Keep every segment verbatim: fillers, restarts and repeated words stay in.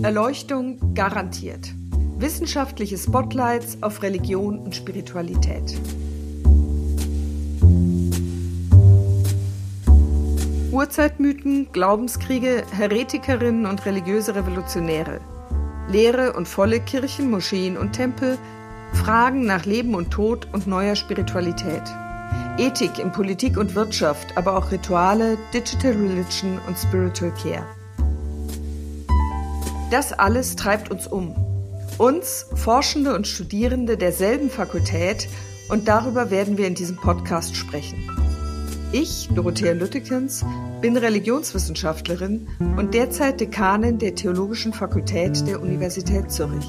Erleuchtung garantiert. Wissenschaftliche Spotlights auf Religion und Spiritualität. Urzeitmythen, Glaubenskriege, Heretikerinnen und religiöse Revolutionäre. Leere und volle Kirchen, Moscheen und Tempel. Fragen nach Leben und Tod und neuer Spiritualität. Ethik in Politik und Wirtschaft, aber auch Rituale, Digital Religion und Spiritual Care. Das alles treibt uns um. Uns, Forschende und Studierende derselben Fakultät, und darüber werden wir in diesem Podcast sprechen. Ich, Dorothea Lüttekens, bin Religionswissenschaftlerin und derzeit Dekanin der Theologischen Fakultät der Universität Zürich.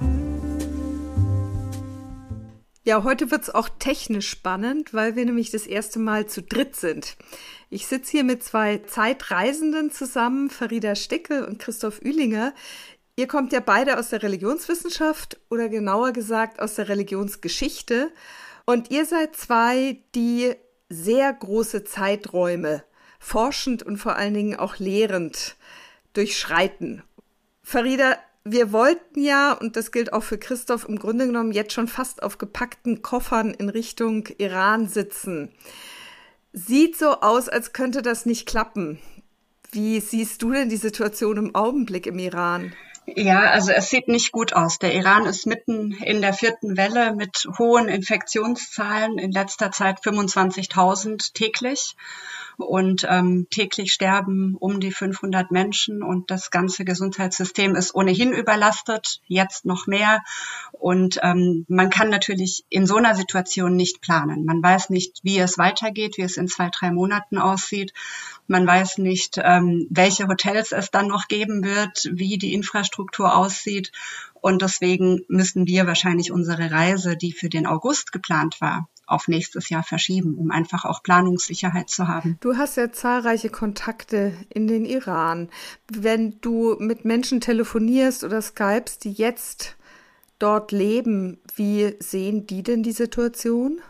Ja, heute wird's auch technisch spannend, weil wir nämlich das erste Mal zu dritt sind. Ich sitze hier mit zwei Zeitreisenden zusammen, Farida Stickel und Christoph Ühlinger. Ihr kommt ja beide aus der Religionswissenschaft oder genauer gesagt aus der Religionsgeschichte. Und ihr seid zwei, die sehr große Zeiträume forschend und vor allen Dingen auch lehrend durchschreiten. Farida, wir wollten ja, und das gilt auch für Christoph, im Grunde genommen jetzt schon fast auf gepackten Koffern in Richtung Iran sitzen. Sieht so aus, als könnte das nicht klappen. Wie siehst du denn die Situation im Augenblick im Iran? Ja, also es sieht nicht gut aus. Der Iran ist mitten in der vierten Welle mit hohen Infektionszahlen, in letzter Zeit fünfundzwanzigtausend täglich. Und ähm, täglich sterben um die fünfhundert Menschen und das ganze Gesundheitssystem ist ohnehin überlastet, jetzt noch mehr. Und ähm, man kann natürlich in so einer Situation nicht planen. Man weiß nicht, wie es weitergeht, wie es in zwei, drei Monaten aussieht. Man weiß nicht, ähm, welche Hotels es dann noch geben wird, wie die Infrastruktur aussieht. Und deswegen müssen wir wahrscheinlich unsere Reise, die für den August geplant war, auf nächstes Jahr verschieben, um einfach auch Planungssicherheit zu haben. Du hast ja zahlreiche Kontakte in den Iran. Wenn du mit Menschen telefonierst oder skypst, die jetzt dort leben, wie sehen die denn die Situation?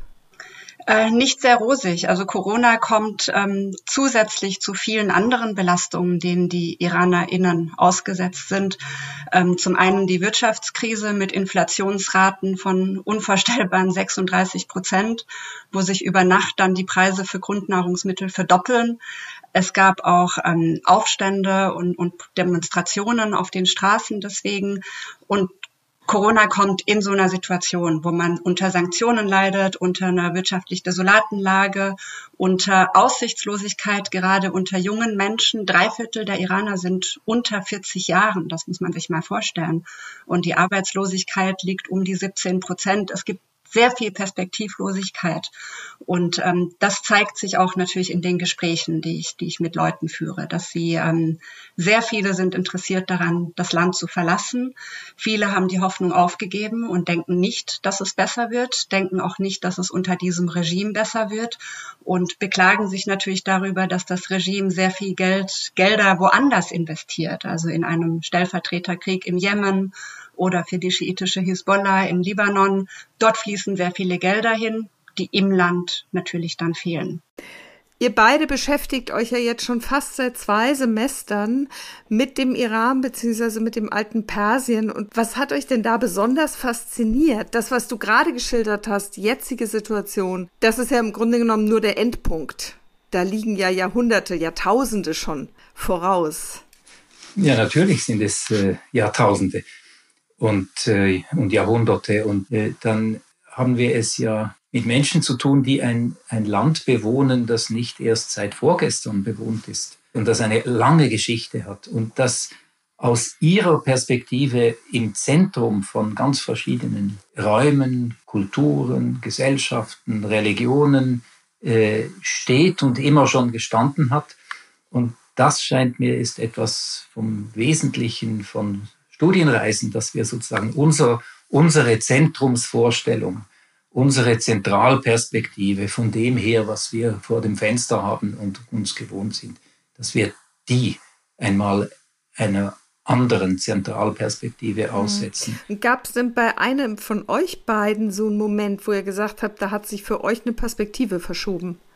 Äh, nicht sehr rosig. Also Corona kommt ähm, zusätzlich zu vielen anderen Belastungen, denen die IranerInnen ausgesetzt sind. Ähm, zum einen die Wirtschaftskrise mit Inflationsraten von unvorstellbaren sechsunddreißig Prozent, wo sich über Nacht dann die Preise für Grundnahrungsmittel verdoppeln. Es gab auch ähm, Aufstände und, und Demonstrationen auf den Straßen deswegen. Und Corona kommt in so einer Situation, wo man unter Sanktionen leidet, unter einer wirtschaftlich desolaten Lage, unter Aussichtslosigkeit, gerade unter jungen Menschen. Drei Viertel der Iraner sind unter vierzig Jahren, das muss man sich mal vorstellen. Und die Arbeitslosigkeit liegt um die siebzehn Prozent. Es gibt sehr viel Perspektivlosigkeit. Und ähm, das zeigt sich auch natürlich in den Gesprächen, die ich, die ich mit Leuten führe, dass sie ähm, sehr viele sind interessiert daran, das Land zu verlassen. Viele haben die Hoffnung aufgegeben und denken nicht, dass es besser wird, denken auch nicht, dass es unter diesem Regime besser wird und beklagen sich natürlich darüber, dass das Regime sehr viel Geld, Gelder woanders investiert, also in einem Stellvertreterkrieg im Jemen oder für die schiitische Hisbollah im Libanon. Dort fließen sehr viele Gelder hin, die im Land natürlich dann fehlen. Ihr beide beschäftigt euch ja jetzt schon fast seit zwei Semestern mit dem Iran bzw. mit dem alten Persien. Und was hat euch denn da besonders fasziniert? Das, was du gerade geschildert hast, die jetzige Situation, das ist ja im Grunde genommen nur der Endpunkt. Da liegen ja Jahrhunderte, Jahrtausende schon voraus. Ja, natürlich sind es äh, Jahrtausende. Und, äh, und Jahrhunderte. Und äh, dann haben wir es ja mit Menschen zu tun, die ein, ein Land bewohnen, das nicht erst seit vorgestern bewohnt ist und das eine lange Geschichte hat und das aus ihrer Perspektive im Zentrum von ganz verschiedenen Räumen, Kulturen, Gesellschaften, Religionen äh, steht und immer schon gestanden hat. Und das scheint mir ist etwas vom Wesentlichen von Studienreisen, dass wir sozusagen unser, unsere Zentrumsvorstellung, unsere Zentralperspektive von dem her, was wir vor dem Fenster haben und uns gewohnt sind, dass wir die einmal einer anderen Zentralperspektive aussetzen. Gab es denn bei einem von euch beiden so einen Moment, wo ihr gesagt habt, da hat sich für euch eine Perspektive verschoben?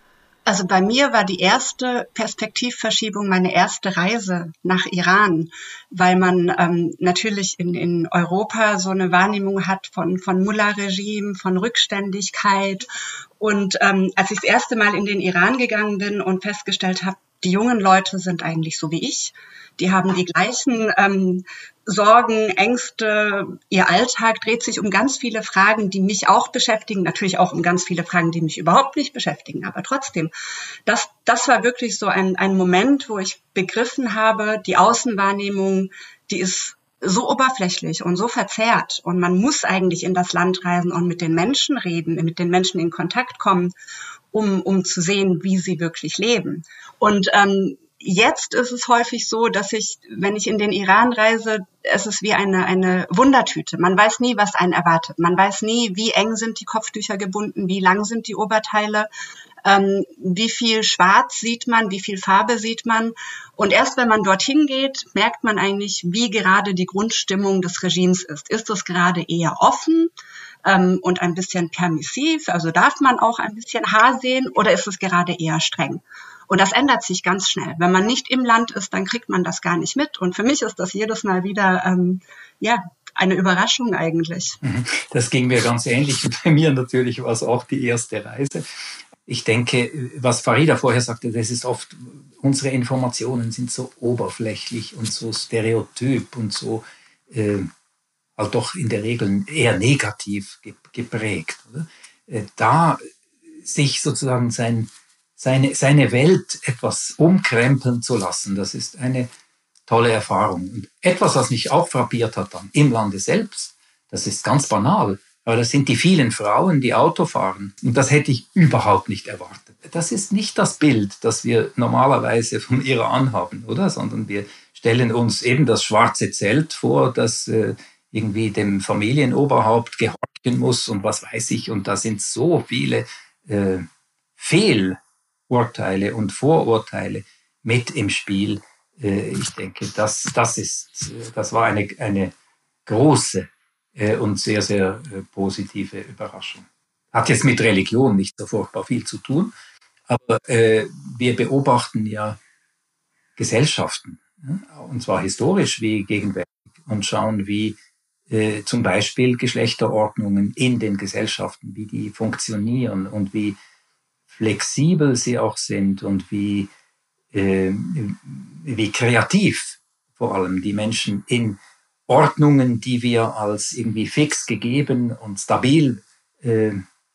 Also bei mir war die erste Perspektivverschiebung meine erste Reise nach Iran, weil man ähm, natürlich in, in Europa so eine Wahrnehmung hat von, von Mullah-Regime, von Rückständigkeit. Und ähm, als ich das erste Mal in den Iran gegangen bin und festgestellt habe, die jungen Leute sind eigentlich so wie ich. Die haben die gleichen ähm, Sorgen, Ängste. Ihr Alltag dreht sich um ganz viele Fragen, die mich auch beschäftigen. Natürlich auch um ganz viele Fragen, die mich überhaupt nicht beschäftigen. Aber trotzdem, das, das war wirklich so ein, ein Moment, wo ich begriffen habe, die Außenwahrnehmung, die ist so oberflächlich und so verzerrt. Und man muss eigentlich in das Land reisen und mit den Menschen reden, mit den Menschen in Kontakt kommen, um, um zu sehen, wie sie wirklich leben. Und ähm, jetzt ist es häufig so, dass ich, wenn ich in den Iran reise, es ist wie eine, eine Wundertüte. Man weiß nie, was einen erwartet. Man weiß nie, wie eng sind die Kopftücher gebunden, wie lang sind die Oberteile, ähm, wie viel Schwarz sieht man, wie viel Farbe sieht man. Und erst wenn man dorthin geht, merkt man eigentlich, wie gerade die Grundstimmung des Regimes ist. Ist es gerade eher offen ähm, und ein bisschen permissiv, also darf man auch ein bisschen Haar sehen, oder ist es gerade eher streng? Und das ändert sich ganz schnell. Wenn man nicht im Land ist, dann kriegt man das gar nicht mit. Und für mich ist das jedes Mal wieder, ähm, ja, eine Überraschung eigentlich. Das ging mir ganz ähnlich. Und bei mir natürlich war es auch die erste Reise. Ich denke, was Farida vorher sagte, das ist oft, unsere Informationen sind so oberflächlich und so stereotyp und so, äh, halt doch in der Regel eher negativ geprägt. Oder? Äh, da sich sozusagen sein Seine, seine Welt etwas umkrempeln zu lassen, das ist eine tolle Erfahrung. Und etwas, was mich auch frappiert hat dann im Lande selbst, das ist ganz banal, aber das sind die vielen Frauen, die Auto fahren. Und das hätte ich überhaupt nicht erwartet. Das ist nicht das Bild, das wir normalerweise vom Iran haben, oder? Sondern wir stellen uns eben das schwarze Zelt vor, das äh, irgendwie dem Familienoberhaupt gehorchen muss und was weiß ich. Und da sind so viele äh, Fehl Urteile und Vorurteile mit im Spiel. Ich denke, das, das ist, das war eine, eine große und sehr, sehr positive Überraschung. Hat jetzt mit Religion nicht so furchtbar viel zu tun, aber wir beobachten ja Gesellschaften, und zwar historisch wie gegenwärtig, und schauen, wie zum Beispiel Geschlechterordnungen in den Gesellschaften, wie die funktionieren und wie flexibel sie auch sind und wie, äh, wie kreativ vor allem die Menschen in Ordnungen, die wir als irgendwie fix gegeben und stabil äh,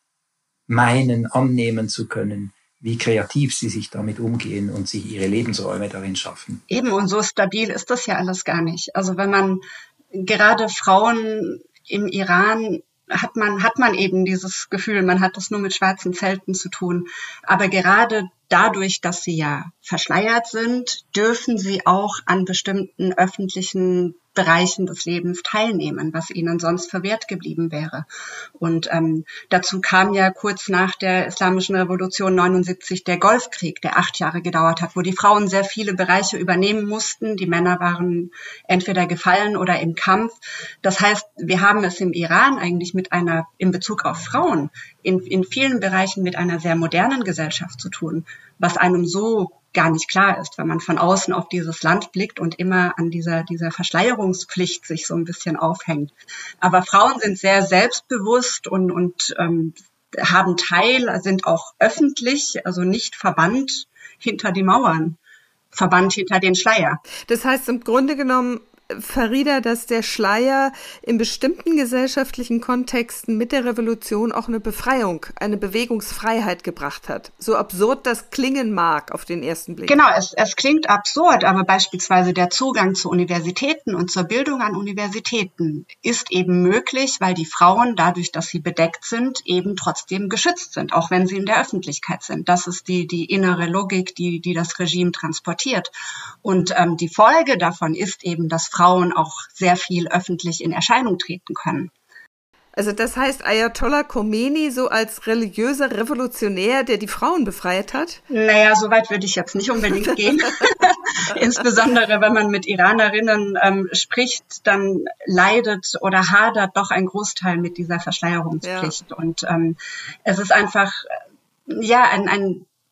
meinen, annehmen zu können, wie kreativ sie sich damit umgehen und sich ihre Lebensräume darin schaffen. Eben, und so stabil ist das ja alles gar nicht. Also wenn man gerade Frauen im Iran hat man, hat man eben dieses Gefühl, man hat das nur mit schwarzen Zelten zu tun. Aber gerade dadurch, dass sie ja verschleiert sind, dürfen sie auch an bestimmten öffentlichen Bereichen des Lebens teilnehmen, was ihnen sonst verwehrt geblieben wäre. Und ähm, dazu kam ja kurz nach der Islamischen Revolution neunundsiebzig der Golfkrieg, der acht Jahre gedauert hat, wo die Frauen sehr viele Bereiche übernehmen mussten. Die Männer waren entweder gefallen oder im Kampf. Das heißt, wir haben es im Iran eigentlich mit einer, in Bezug auf Frauen, in, in vielen Bereichen mit einer sehr modernen Gesellschaft zu tun, was einem so gar nicht klar ist, wenn man von außen auf dieses Land blickt und immer an dieser, dieser Verschleierungspflicht sich so ein bisschen aufhängt. Aber Frauen sind sehr selbstbewusst und, und ähm, haben Teil, sind auch öffentlich, also nicht verbannt hinter die Mauern, verbannt hinter den Schleier. Das heißt im Grunde genommen, Farida, dass der Schleier in bestimmten gesellschaftlichen Kontexten mit der Revolution auch eine Befreiung, eine Bewegungsfreiheit gebracht hat. So absurd das klingen mag auf den ersten Blick. Genau, es, es klingt absurd, aber beispielsweise der Zugang zu Universitäten und zur Bildung an Universitäten ist eben möglich, weil die Frauen, dadurch, dass sie bedeckt sind, eben trotzdem geschützt sind, auch wenn sie in der Öffentlichkeit sind. Das ist die, die innere Logik, die, die das Regime transportiert. Und ähm, die Folge davon ist eben, dass Frauen auch sehr viel öffentlich in Erscheinung treten können. Also das heißt, Ayatollah Khomeini so als religiöser Revolutionär, der die Frauen befreit hat? Naja, so weit würde ich jetzt nicht unbedingt gehen. Insbesondere, wenn man mit Iranerinnen ähm, spricht, dann leidet oder hadert doch ein Großteil mit dieser Verschleierungspflicht. Ja. Und ähm, es ist einfach, ja, ein, ein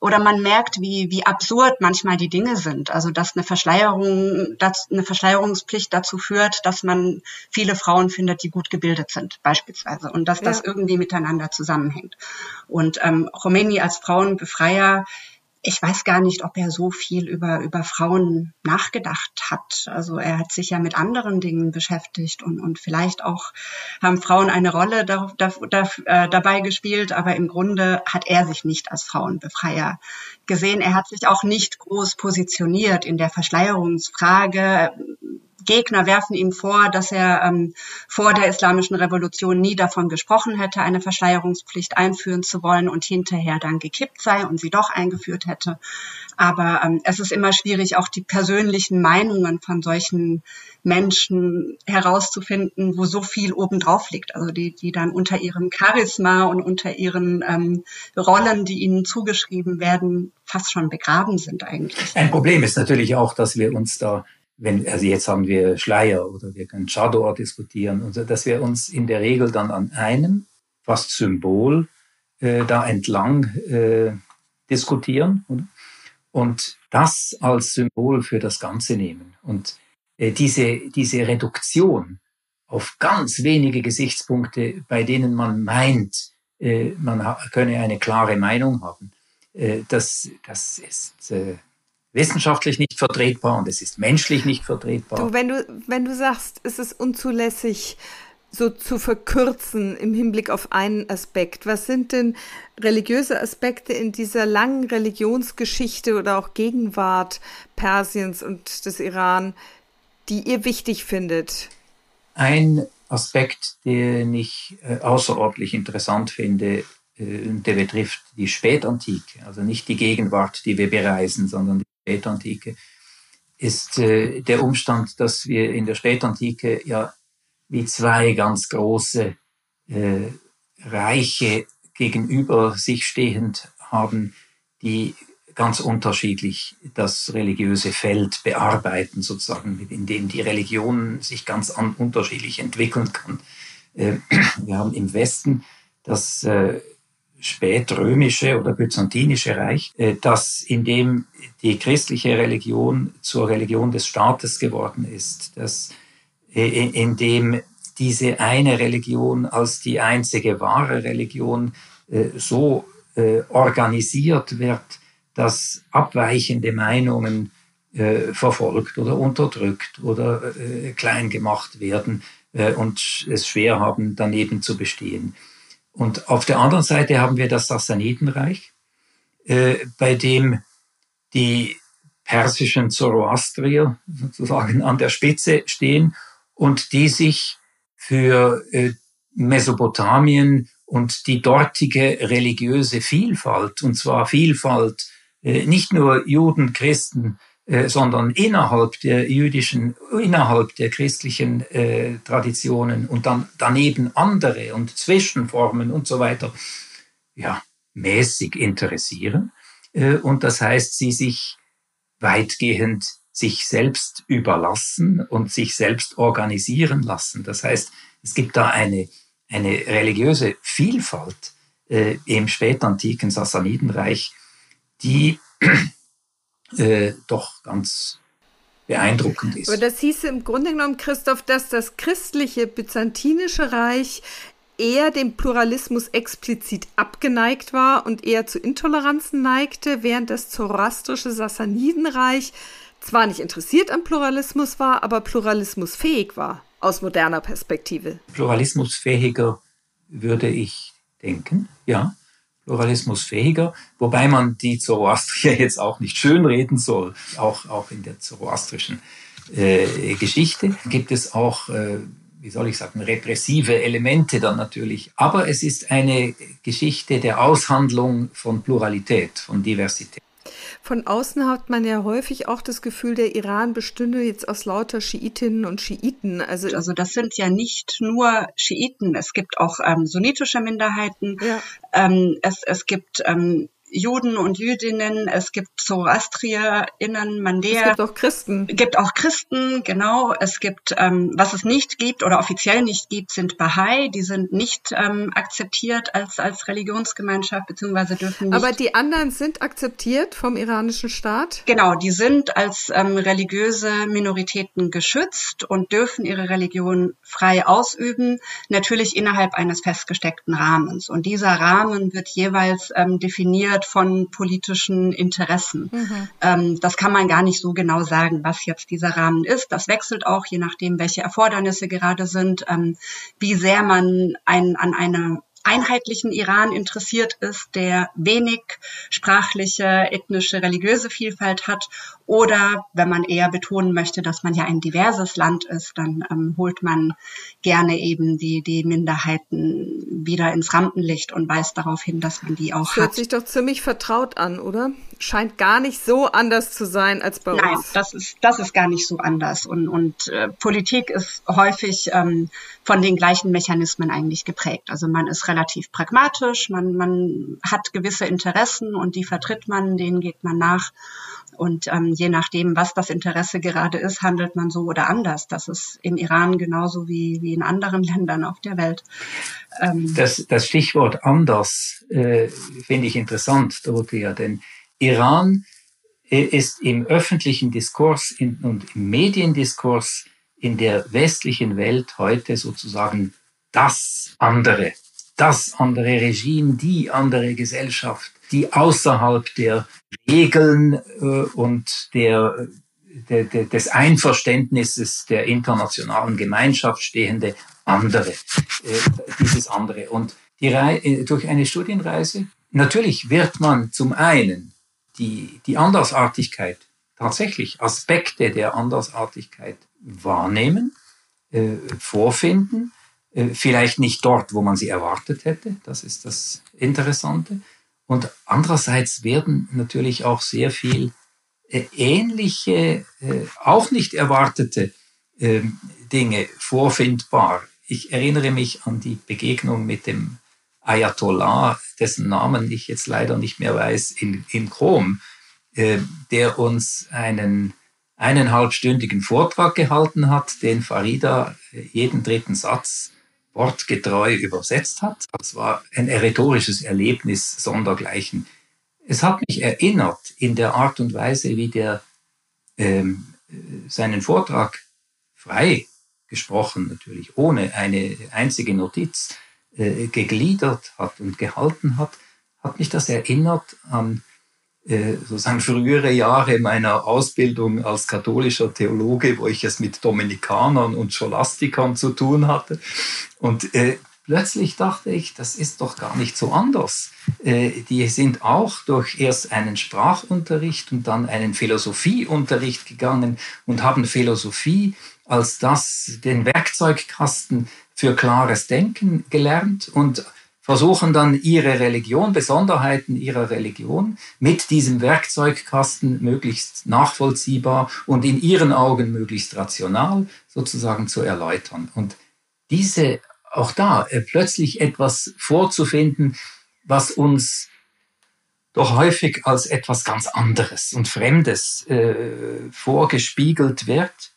oder man merkt, wie, wie absurd manchmal die Dinge sind. Also, dass eine Verschleierung, dass eine Verschleierungspflicht dazu führt, dass man viele Frauen findet, die gut gebildet sind, beispielsweise. Und dass das ja. irgendwie miteinander zusammenhängt. Und ähm, Khomeini als Frauenbefreier, ich weiß gar nicht, ob er so viel über, über Frauen nachgedacht hat. Also er hat sich ja mit anderen Dingen beschäftigt und, und vielleicht auch haben Frauen eine Rolle da, da, da, äh, dabei gespielt, aber im Grunde hat er sich nicht als Frauenbefreier gesehen. Er hat sich auch nicht groß positioniert in der Verschleierungsfrage. Gegner werfen ihm vor, dass er ähm, vor der Islamischen Revolution nie davon gesprochen hätte, eine Verschleierungspflicht einführen zu wollen und hinterher dann gekippt sei und sie doch eingeführt hätte. Aber ähm, es ist immer schwierig, auch die persönlichen Meinungen von solchen Menschen herauszufinden, wo so viel obendrauf liegt. Also die, die dann unter ihrem Charisma und unter ihren ähm, Rollen, die ihnen zugeschrieben werden, fast schon begraben sind eigentlich. Ein Problem ist natürlich auch, dass wir uns da Wenn, also jetzt haben wir Schleier oder wir können Chador diskutieren, und so, dass wir uns in der Regel dann an einem fast Symbol äh, da entlang äh, diskutieren, oder? Und das als Symbol für das Ganze nehmen. Und äh, diese, diese Reduktion auf ganz wenige Gesichtspunkte, bei denen man meint, äh, man ha- könne eine klare Meinung haben, äh, das, das ist äh, wissenschaftlich nicht vertretbar und es ist menschlich nicht vertretbar. Du, wenn du, wenn du sagst, es ist unzulässig, so zu verkürzen im Hinblick auf einen Aspekt, was sind denn religiöse Aspekte in dieser langen Religionsgeschichte oder auch Gegenwart Persiens und des Iran, die ihr wichtig findet? Ein Aspekt, den ich äh, außerordentlich interessant finde, äh, der betrifft die Spätantike, also nicht die Gegenwart, die wir bereisen, sondern die Spätantike, ist äh, der Umstand, dass wir in der Spätantike ja wie zwei ganz große äh, Reiche gegenüber sich stehend haben, die ganz unterschiedlich das religiöse Feld bearbeiten, sozusagen, in dem die Religion sich ganz an, unterschiedlich entwickeln kann. Äh, wir haben im Westen das äh, spätrömische oder byzantinische Reich, das in dem die christliche Religion zur Religion des Staates geworden ist, das in dem diese eine Religion als die einzige wahre Religion so organisiert wird, dass abweichende Meinungen verfolgt oder unterdrückt oder klein gemacht werden und es schwer haben, daneben zu bestehen. Und auf der anderen Seite haben wir das Sassanidenreich, äh, bei dem die persischen Zoroastrier sozusagen an der Spitze stehen und die sich für äh, Mesopotamien und die dortige religiöse Vielfalt, und zwar Vielfalt äh, nicht nur Juden, Christen, äh, sondern innerhalb der jüdischen, innerhalb der christlichen äh, Traditionen und dann daneben andere und Zwischenformen und so weiter, ja, mäßig interessieren. Äh, und das heißt, sie sich weitgehend sich selbst überlassen und sich selbst organisieren lassen. Das heißt, es gibt da eine, eine religiöse Vielfalt äh, im spätantiken Sassanidenreich, die Äh, doch ganz beeindruckend ist. Aber das hieße im Grunde genommen, Christoph, dass das christliche byzantinische Reich eher dem Pluralismus explizit abgeneigt war und eher zu Intoleranzen neigte, während das zoroastrische Sassanidenreich zwar nicht interessiert am Pluralismus war, aber pluralismusfähig war, aus moderner Perspektive. Pluralismusfähiger würde ich denken, ja. Pluralismusfähiger, wobei man die Zoroastrier jetzt auch nicht schönreden soll. Auch, auch in der zoroastrischen äh, Geschichte gibt es auch, äh, wie soll ich sagen, repressive Elemente dann natürlich. Aber es ist eine Geschichte der Aushandlung von Pluralität, von Diversität. Von außen hat man ja häufig auch das Gefühl, der Iran bestünde jetzt aus lauter Schiitinnen und Schiiten. Also, also das sind ja nicht nur Schiiten, es gibt auch ähm, sunnitische Minderheiten, ja. ähm, es, es gibt ähm, Juden und Jüdinnen, es gibt ZoroastrierInnen, Mandäer. Es gibt auch Christen. Es gibt auch Christen, genau. Es gibt, ähm, was es nicht gibt oder offiziell nicht gibt, sind Bahai. Die sind nicht ähm, akzeptiert als als Religionsgemeinschaft, beziehungsweise dürfen nicht. Aber die anderen sind akzeptiert vom iranischen Staat? Genau, die sind als ähm, religiöse Minoritäten geschützt und dürfen ihre Religion frei ausüben, natürlich innerhalb eines festgesteckten Rahmens. Und dieser Rahmen wird jeweils ähm, definiert von politischen Interessen. Mhm. Ähm, das kann man gar nicht so genau sagen, was jetzt dieser Rahmen ist. Das wechselt auch, je nachdem, welche Erfordernisse gerade sind, ähm, wie sehr man ein, an einer einheitlichen Iran interessiert ist, der wenig sprachliche, ethnische, religiöse Vielfalt hat. Oder wenn man eher betonen möchte, dass man ja ein diverses Land ist, dann ähm, holt man gerne eben die, die Minderheiten wieder ins Rampenlicht und weist darauf hin, dass man die auch das hat. Hört sich doch ziemlich vertraut an, oder? Scheint gar nicht so anders zu sein als bei Nein, uns. Nein, das ist, das ist gar nicht so anders. Und, und äh, Politik ist häufig ähm, von den gleichen Mechanismen eigentlich geprägt. Also man ist relativ pragmatisch, man, man hat gewisse Interessen und die vertritt man, denen geht man nach. Und ähm, je nachdem, was das Interesse gerade ist, handelt man so oder anders. Das ist im Iran genauso wie, wie in anderen Ländern auf der Welt. Ähm das, das Stichwort anders äh, finde ich interessant, Dorothea, denn Iran äh, ist im öffentlichen Diskurs in, und im Mediendiskurs in der westlichen Welt heute sozusagen das andere, das andere Regime, die andere Gesellschaft, die außerhalb der Regeln äh, und der, der, der, des Einverständnisses der internationalen Gemeinschaft stehende andere, äh, dieses andere. Und die Rei- äh, durch eine Studienreise, natürlich wird man zum einen die, die Andersartigkeit, tatsächlich Aspekte der Andersartigkeit wahrnehmen, äh, vorfinden, äh, vielleicht nicht dort, wo man sie erwartet hätte, das ist das Interessante. Und andererseits werden natürlich auch sehr viel äh, ähnliche, äh, auch nicht erwartete äh, Dinge vorfindbar. Ich erinnere mich an die Begegnung mit dem Ayatollah, dessen Namen ich jetzt leider nicht mehr weiß, in, in Rom, äh, der uns einen eineinhalbstündigen Vortrag gehalten hat, den Farida jeden dritten Satz wortgetreu übersetzt hat. Das war ein rhetorisches Erlebnis sondergleichen. Es hat mich erinnert in der Art und Weise, wie der ähm, seinen Vortrag frei gesprochen, natürlich ohne eine einzige Notiz, äh, gegliedert hat und gehalten hat, hat mich das erinnert an äh, sozusagen frühere Jahre meiner Ausbildung als katholischer Theologe, wo ich es mit Dominikanern und Scholastikern zu tun hatte. Und äh, plötzlich dachte ich, das ist doch gar nicht so anders. Äh, die sind auch durch erst einen Sprachunterricht und dann einen Philosophieunterricht gegangen und haben Philosophie als das, den Werkzeugkasten für klares Denken gelernt und versuchen dann ihre Religion, Besonderheiten ihrer Religion mit diesem Werkzeugkasten möglichst nachvollziehbar und in ihren Augen möglichst rational sozusagen zu erläutern. Und diese, auch da, äh, plötzlich etwas vorzufinden, was uns doch häufig als etwas ganz anderes und Fremdes äh, vorgespiegelt wird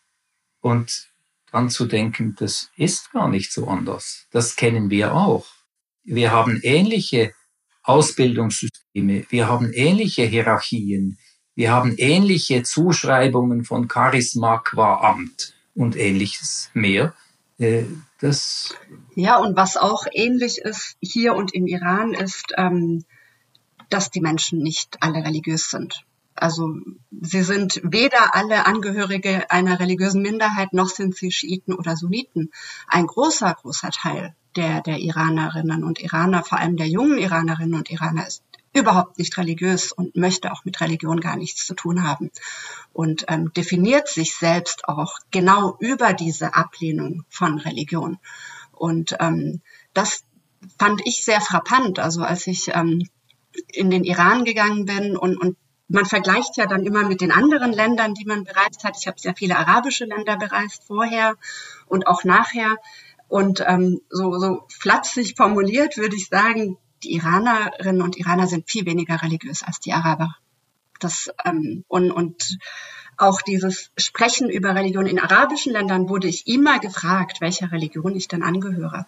und dann zu denken, das ist gar nicht so anders. Das kennen wir auch. Wir haben ähnliche Ausbildungssysteme, wir haben ähnliche Hierarchien, wir haben ähnliche Zuschreibungen von Charisma qua Amt und ähnliches mehr. Äh, das ja, und was auch ähnlich ist hier und im Iran ist, ähm, dass die Menschen nicht alle religiös sind. Also sie sind weder alle Angehörige einer religiösen Minderheit, noch sind sie Schiiten oder Sunniten. Ein großer, großer Teil der, der Iranerinnen und Iraner, vor allem der jungen Iranerinnen und Iraner, ist überhaupt nicht religiös und möchte auch mit Religion gar nichts zu tun haben. Und ähm, definiert sich selbst auch genau über diese Ablehnung von Religion. Und ähm, das fand ich sehr frappant. Also als ich ähm, in den Iran gegangen bin und, und man vergleicht ja dann immer mit den anderen Ländern, die man bereist hat. Ich habe sehr viele arabische Länder bereist vorher und auch nachher. Und ähm, so, so flapsig formuliert würde ich sagen, die Iranerinnen und Iraner sind viel weniger religiös als die Araber. Das, ähm, und, und auch dieses Sprechen über Religion in arabischen Ländern wurde ich immer gefragt, welcher Religion ich denn angehöre.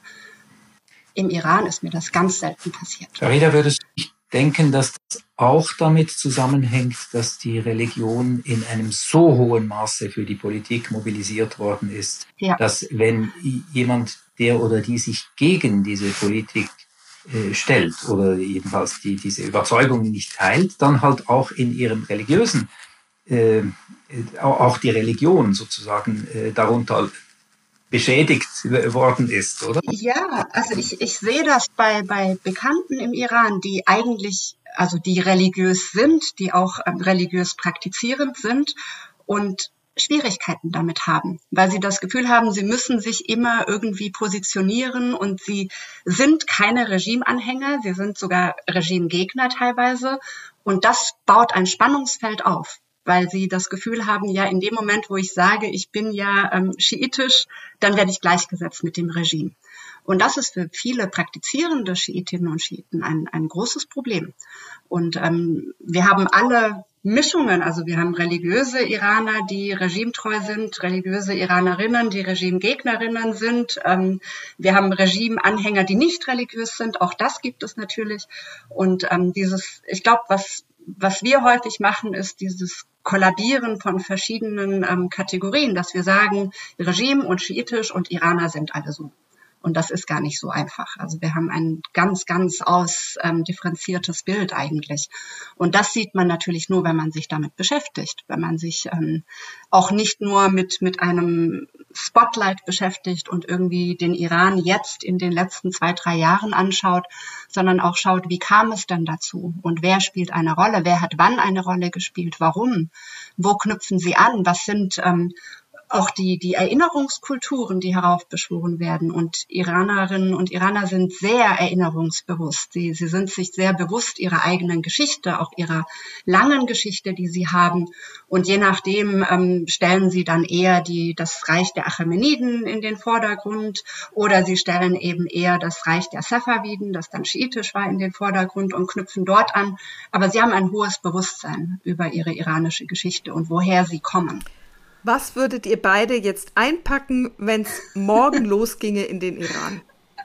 Im Iran ist mir das ganz selten passiert. Farida, würdest du nicht denken, dass das auch damit zusammenhängt, dass die Religion in einem so hohen Maße für die Politik mobilisiert worden ist, ja. dass wenn jemand, der oder die sich gegen diese Politik äh, stellt oder jedenfalls die, diese Überzeugungen nicht teilt, dann halt auch in ihrem religiösen, äh, auch die Religion sozusagen äh, darunter beschädigt worden ist, oder? Ja, also ich, ich sehe das bei, bei Bekannten im Iran, die eigentlich, also die religiös sind, die auch ähm, religiös praktizierend sind und Schwierigkeiten damit haben, weil sie das Gefühl haben, sie müssen sich immer irgendwie positionieren und sie sind keine Regimeanhänger, sie sind sogar Regimegegner teilweise und das baut ein Spannungsfeld auf. Weil sie das Gefühl haben, ja, in dem Moment, wo ich sage, ich bin ja ähm, schiitisch, dann werde ich gleichgesetzt mit dem Regime. Und das ist für viele praktizierende Schiitinnen und Schiiten ein, ein großes Problem. Und ähm, wir haben alle Mischungen, also wir haben religiöse Iraner, die regimetreu sind, religiöse Iranerinnen, die Regimegegnerinnen sind. Ähm, wir haben Regimeanhänger, die nicht religiös sind, auch das gibt es natürlich. Und ähm, dieses, ich glaube, was Was wir häufig machen, ist dieses Kollabieren von verschiedenen ähm, Kategorien, dass wir sagen, Regime und Schiitisch und Iraner sind alle so. Und das ist gar nicht so einfach. Also wir haben ein ganz, ganz ausdifferenziertes ähm, Bild eigentlich. Und das sieht man natürlich nur, wenn man sich damit beschäftigt, wenn man sich ähm, auch nicht nur mit mit einem Spotlight beschäftigt und irgendwie den Iran jetzt in den letzten zwei, drei Jahren anschaut, sondern auch schaut, wie kam es denn dazu und wer spielt eine Rolle, wer hat wann eine Rolle gespielt, warum, wo knüpfen sie an, was sind ähm, auch die, die Erinnerungskulturen, die heraufbeschworen werden. Und Iranerinnen und Iraner sind sehr erinnerungsbewusst. Sie, sie sind sich sehr bewusst ihrer eigenen Geschichte, auch ihrer langen Geschichte, die sie haben. Und je nachdem ähm, stellen sie dann eher die, das Reich der Achämeniden in den Vordergrund oder sie stellen eben eher das Reich der Safawiden, das dann schiitisch war, in den Vordergrund und knüpfen dort an. Aber sie haben ein hohes Bewusstsein über ihre iranische Geschichte und woher sie kommen. Was würdet ihr beide jetzt einpacken, wenn es morgen losginge in den Iran?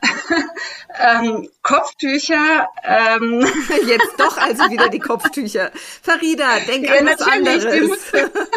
ähm, Kopftücher. Ähm. Jetzt doch also wieder die Kopftücher. Farida, denk ja, an was anderes. Muss,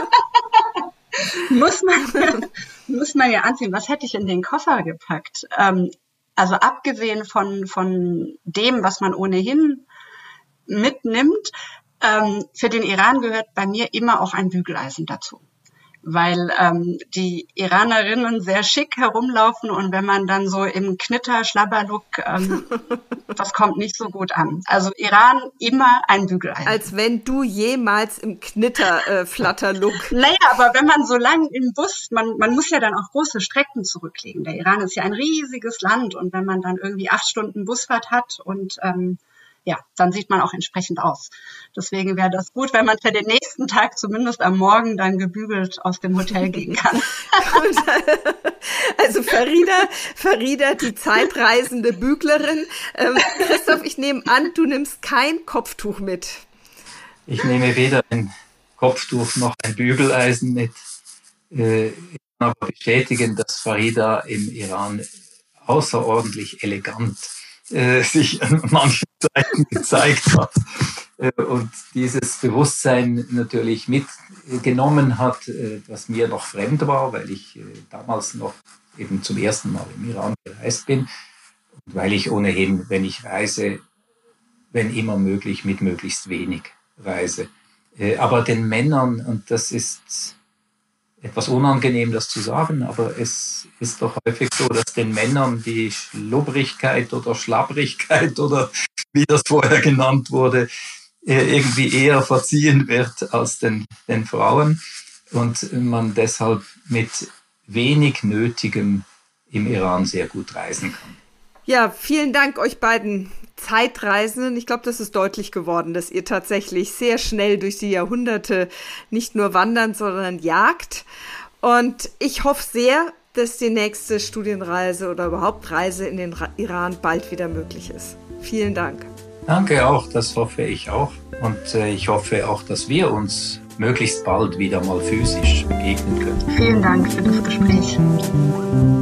muss, man, muss man ja anziehen. Was hätte ich in den Koffer gepackt? Ähm, also abgesehen von, von dem, was man ohnehin mitnimmt, ähm, für den Iran gehört bei mir immer auch ein Bügeleisen dazu. Weil ähm, die Iranerinnen sehr schick herumlaufen und wenn man dann so im Knitter-Schlabberlook, ähm, das kommt nicht so gut an. Also Iran immer ein Bügeleisen. Als wenn du jemals im Knitter-Flatter-Look... Naja, aber wenn man so lang im Bus, man, man muss ja dann auch große Strecken zurücklegen. Der Iran ist ja ein riesiges Land und wenn man dann irgendwie acht Stunden Busfahrt hat und... Ähm, ja, dann sieht man auch entsprechend aus. Deswegen wäre das gut, wenn man für den nächsten Tag zumindest am Morgen dann gebügelt aus dem Hotel gehen kann. Also Farida, Farida, die zeitreisende Büglerin. Ähm, Christoph, ich nehme an, du nimmst kein Kopftuch mit. Ich nehme weder ein Kopftuch noch ein Bügeleisen mit. Ich kann aber bestätigen, dass Farida im Iran außerordentlich elegant äh, sich an manchen Seiten gezeigt hat äh, und dieses Bewusstsein natürlich mitgenommen hat, äh, was mir noch fremd war, weil ich äh, damals noch eben zum ersten Mal im Iran gereist bin und weil ich ohnehin, wenn ich reise, wenn immer möglich, mit möglichst wenig reise. Äh, aber den Männern, und das ist etwas unangenehm, das zu sagen, aber es ist doch häufig so, dass den Männern die Schlubbrigkeit oder Schlabbrigkeit oder wie das vorher genannt wurde, irgendwie eher verziehen wird als den, den Frauen und man deshalb mit wenig Nötigem im Iran sehr gut reisen kann. Ja, vielen Dank euch beiden Zeitreisenden. Ich glaube, das ist deutlich geworden, dass ihr tatsächlich sehr schnell durch die Jahrhunderte nicht nur wandern, sondern jagt. Und ich hoffe sehr, dass die nächste Studienreise oder überhaupt Reise in den Iran bald wieder möglich ist. Vielen Dank. Danke auch, das hoffe ich auch. Und äh, ich hoffe auch, dass wir uns möglichst bald wieder mal physisch begegnen können. Vielen Dank für das Gespräch.